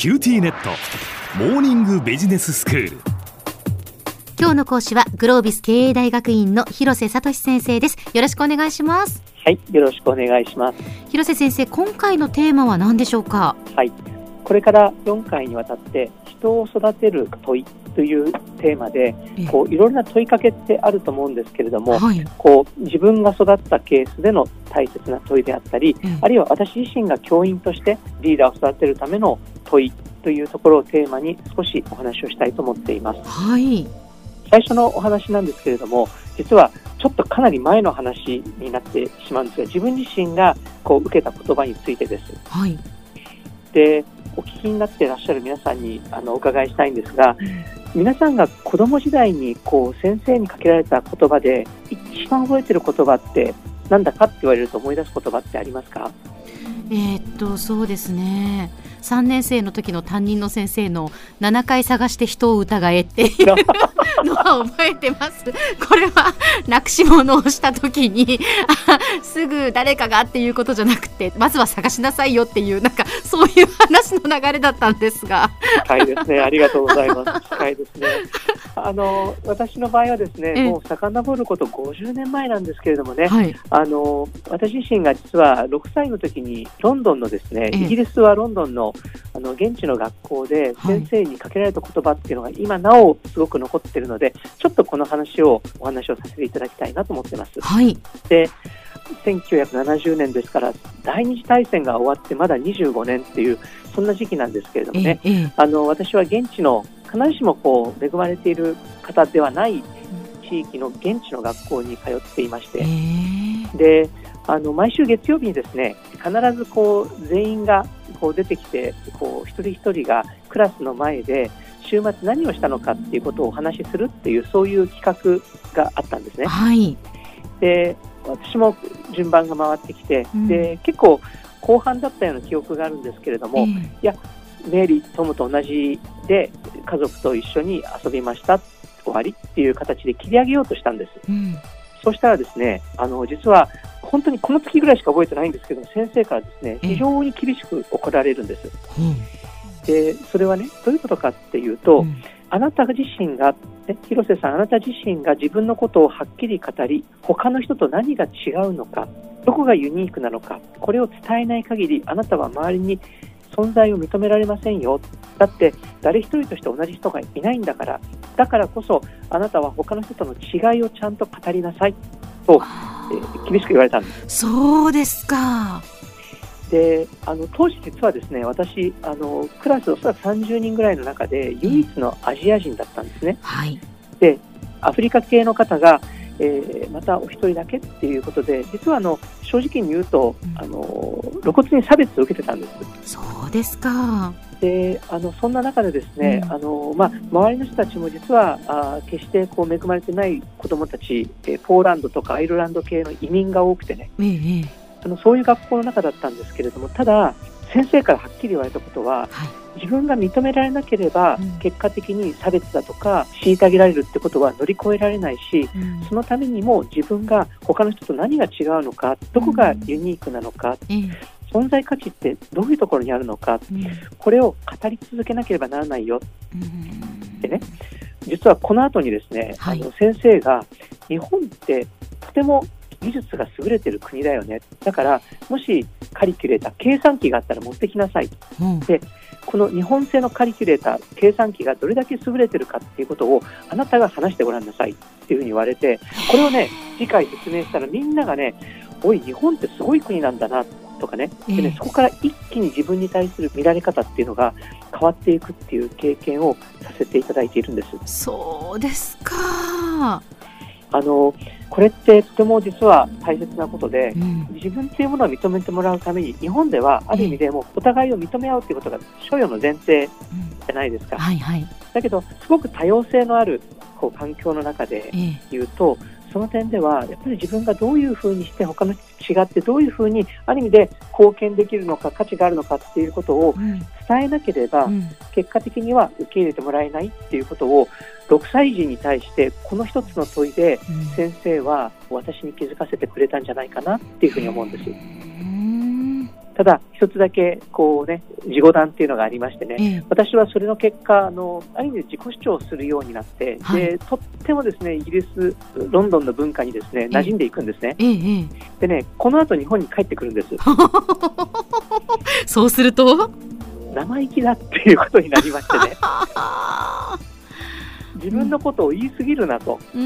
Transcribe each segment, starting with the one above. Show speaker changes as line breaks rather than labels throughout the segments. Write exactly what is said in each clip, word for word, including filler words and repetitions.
キューティーネットモーニングビジネススクール。
今日の講師はグロービス経営大学院の広瀬聡先生です。よろしくお願いします。
はい、よろしくお願いします。
広瀬先生、今回のテーマは何でしょうか？
はい、これからよんかいにわたって人を育てる問いというテーマで、こういろいろな問いかけってあると思うんですけれども、はい、こう自分が育ったケースでの大切な問いであったり、うん、あるいは私自身が教員としてリーダーを育てるための問いというところをテーマに少しお話をしたいと思っています。
はい、
最初のお話なんですけれども、実はちょっとかなり前の話になってしまうんですが、自分自身がこう受けた言葉についてです。
はい、
で、お聞きになっていらっしゃる皆さんにあのお伺いしたいんですが、うん、皆さんが子供時代にこう先生にかけられた言葉で一番覚えている言葉ってなんだかって言われると思い出す言葉ってありますか？
えー、っとそうですね、さんねん生の時の担任の先生のななかい探して人を疑えっていうのは覚えてます。これはなくし物をした時にすぐ誰かがっていうことじゃなくて、まずは探しなさいよっていう、なんかそういう話の流れだったんですが。
近いですね、ありがとうございます。近いですね。あの私の場合はですね、もう遡ることごじゅうねんまえなんですけれどもね、はい、あの私自身が実はろくさいの時にロンドンのですね、イギリスはロンドンのあの現地の学校で先生にかけられた言葉っていうのが今なおすごく残っているので、ちょっとこの話をお話をさせていただきたいなと思っています。
はい、
で、せんきゅうひゃくななじゅうねんですから第二次大戦が終わってまだにじゅうごねんっていうそんな時期なんですけれどもね、ええ、あの私は現地の必ずしもこう恵まれている方ではない地域の現地の学校に通っていまして、えー、であの毎週月曜日にですね、必ずこう全員がこう出てきて、こう一人一人がクラスの前で週末何をしたのかっていうことをお話しするっていう、そういう企画があったんですね。
はい、
で私も順番が回ってきて、うん、で結構後半だったような記憶があるんですけれども、えー、いやメリー、トムと同じで家族と一緒に遊びました、終わりっていう形で切り上げようとしたんです。
うん、
そしたらですね、あの実は本当にこの月ぐらいしか覚えてないんですけど、先生からですね、非常に厳しく怒られるんです。
うん、
でそれはね、どういうことかっていうと、うん、あなた自身が、ね、広瀬さん、あなた自身が自分のことをはっきり語り、他の人と何が違うのか、どこがユニークなのか、これを伝えない限りあなたは周りに存在を認められませんよ。だって誰一人として同じ人がいないんだから、だからこそあなたは他の人との違いをちゃんと語りなさいと、えー、厳しく言われたんです。
そうですか。
であの当時実はですね、私あのクラスおそらくさんじゅうにんぐらいの中で唯一のアジア人だったんですね。
はい、
でアフリカ系の方がえー、またお一人だけっていうことで、実はあの正直に言うと、うん、あの露骨に差別を受けてたんです。
そうですか。
であのそんな中でですね、うん、あのまあ、周りの人たちも実はあ決してこう恵まれてない子どもたち、えー、ポーランドとかアイルランド系の移民が多くてね、
ええ、
あのそういう学校の中だったんですけれども、ただ先生からはっきり言われたことは、はい、自分が認められなければ、うん、結果的に差別だとか虐げられるってことは乗り越えられないし、うん、そのためにも自分が他の人と何が違うのか、どこがユニークなのか、うん、存在価値ってどういうところにあるのか、うん、これを語り続けなければならないよ、うん、でね、実はこの後にですね、はい、あの先生が日本ってとても技術が優れてる国だよね、だからもしカリキュレーター、計算機があったら持ってきなさい、うん、でこの日本製のカリキュレーター、計算機がどれだけ優れてるかっていうことをあなたが話してごらんなさいっていうふうに言われて、これをね次回説明したらみんながね、おい日本ってすごい国なんだなとかね、でね、そこから一気に自分に対する見られ方っていうのが変わっていくっていう経験をさせていただいているんです。
そうですか。
あのこれってとても実は大切なことで、うん、自分というものを認めてもらうために日本ではある意味でもお互いを認め合うということが所要の前提じゃないですか、
うんはいはい、
だけどすごく多様性のあるこう環境の中で言うと、ええ、その点ではやっぱり自分がどういうふうにして他の人と違ってどういうふうにある意味で貢献できるのか価値があるのかっていうことを伝えなければ、うん、結果的には受け入れてもらえないっていうことをろくさい児に対してこの一つの問いで先生は私に気づかせてくれたんじゃないかなっていうふうに思うんです。
うん
ただ一つだけこうね自己談っていうのがありましてね、ええ、私はそれの結果あのある意味で自己主張するようになって、はい、でとってもですねイギリスロンドンの文化にですね馴染んでいくんですね、ええ、でねこの後日本に帰ってくるんです
そうすると
生意気だっていうことになりましてね自分のことを言い過ぎるなと、うん、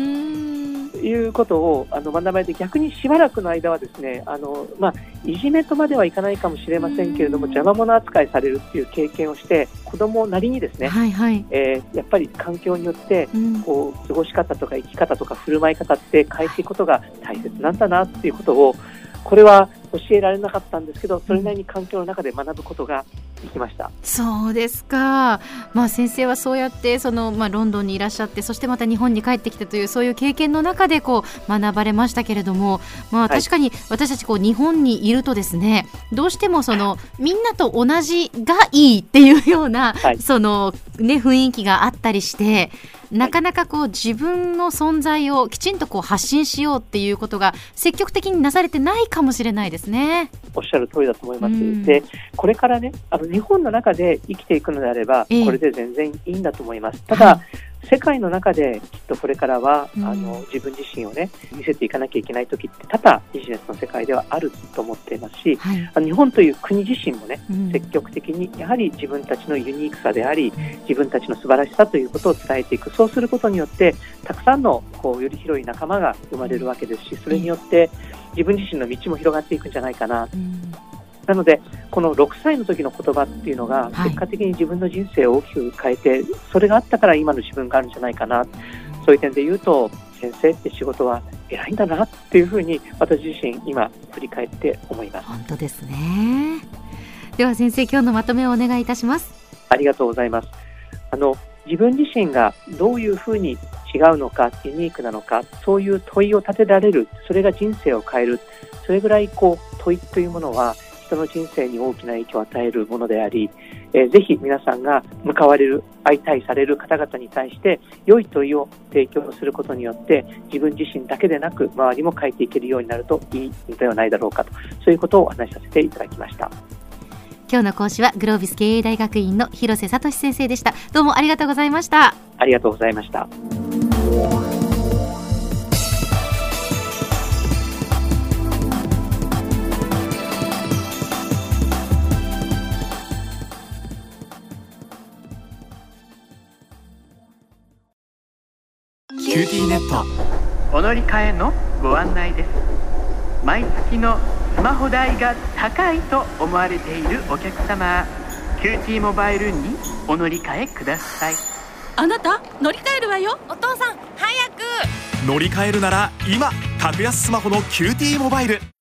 いうことをあの学ばれて、逆にしばらくの間はですねあの、まあ、いじめとまではいかないかもしれませんけれども、邪魔者扱いされるっていう経験をして子供なりにですね、はいはい、えー、やっぱり環境によってこう過ごし方とか生き方とか振る舞い方って変えていくことが大切なんだなっていうことを、これは教えられなかったんですけど、それなりに環境の中で学ぶことができました。
そうですか、まあ、先生はそうやってその、まあ、ロンドンにいらっしゃって、そしてまた日本に帰ってきてというそういう経験の中でこう学ばれましたけれども、まあ、確かに私たちこう日本にいるとですね、どうしてもそのみんなと同じがいいっていうような、はい、そのね、雰囲気があったりして、なかなかこう自分の存在をきちんとこう発信しようっていうことが積極的になされてないかもしれないですね。
おっしゃる通りだと思います。で、これからね、あの日本の中で生きていくのであれば、えー、これで全然いいんだと思います。ただ、はい、世界の中できっとこれからは、うん、あの自分自身をね見せていかなきゃいけない時って多々ビジネスの世界ではあると思っていますし、はい、あの日本という国自身もね、うん、積極的にやはり自分たちのユニークさであり、自分たちの素晴らしさということを伝えていく。そうすることによってたくさんのこうより広い仲間が生まれるわけですし、それによって自分自身の道も広がっていくんじゃないかな、うん、なのでこのろくさいの時の言葉っていうのが結果的に自分の人生を大きく変えて、はい、それがあったから今の自分があるんじゃないかな。そういう点で言うと先生って仕事は偉いんだなっていうふうに私自身今振り返って思います。
本当ですね。では先生、今日のまとめをお願いいたします。
ありがとうございます。あの自分自身がどういうふうに違うのか、ユニークなのか、そういう問いを立てられる、それが人生を変える。それぐらいこう問いというものは人の人生に大きな影響を与えるものであり、えー、ぜひ皆さんが向かわれる、相対される方々に対して良い問いを提供することによって自分自身だけでなく周りも変えていけるようになるといいのではないだろうかと、そういうことをお話しさせていただきました。
今日の講師はグロービス経営大学院の広瀬聡先生でした。どうもありがとうございました。
ありがとうございました。
キューティーネット
お乗り換えのご案内です。毎月のスマホ代が高いと思われているお客様、キューティーモバイルにお乗り換えください。
あなた乗り換えるわよ。
お父さん早く。
乗り換えるなら今、格安スマホの キューティーモバイル。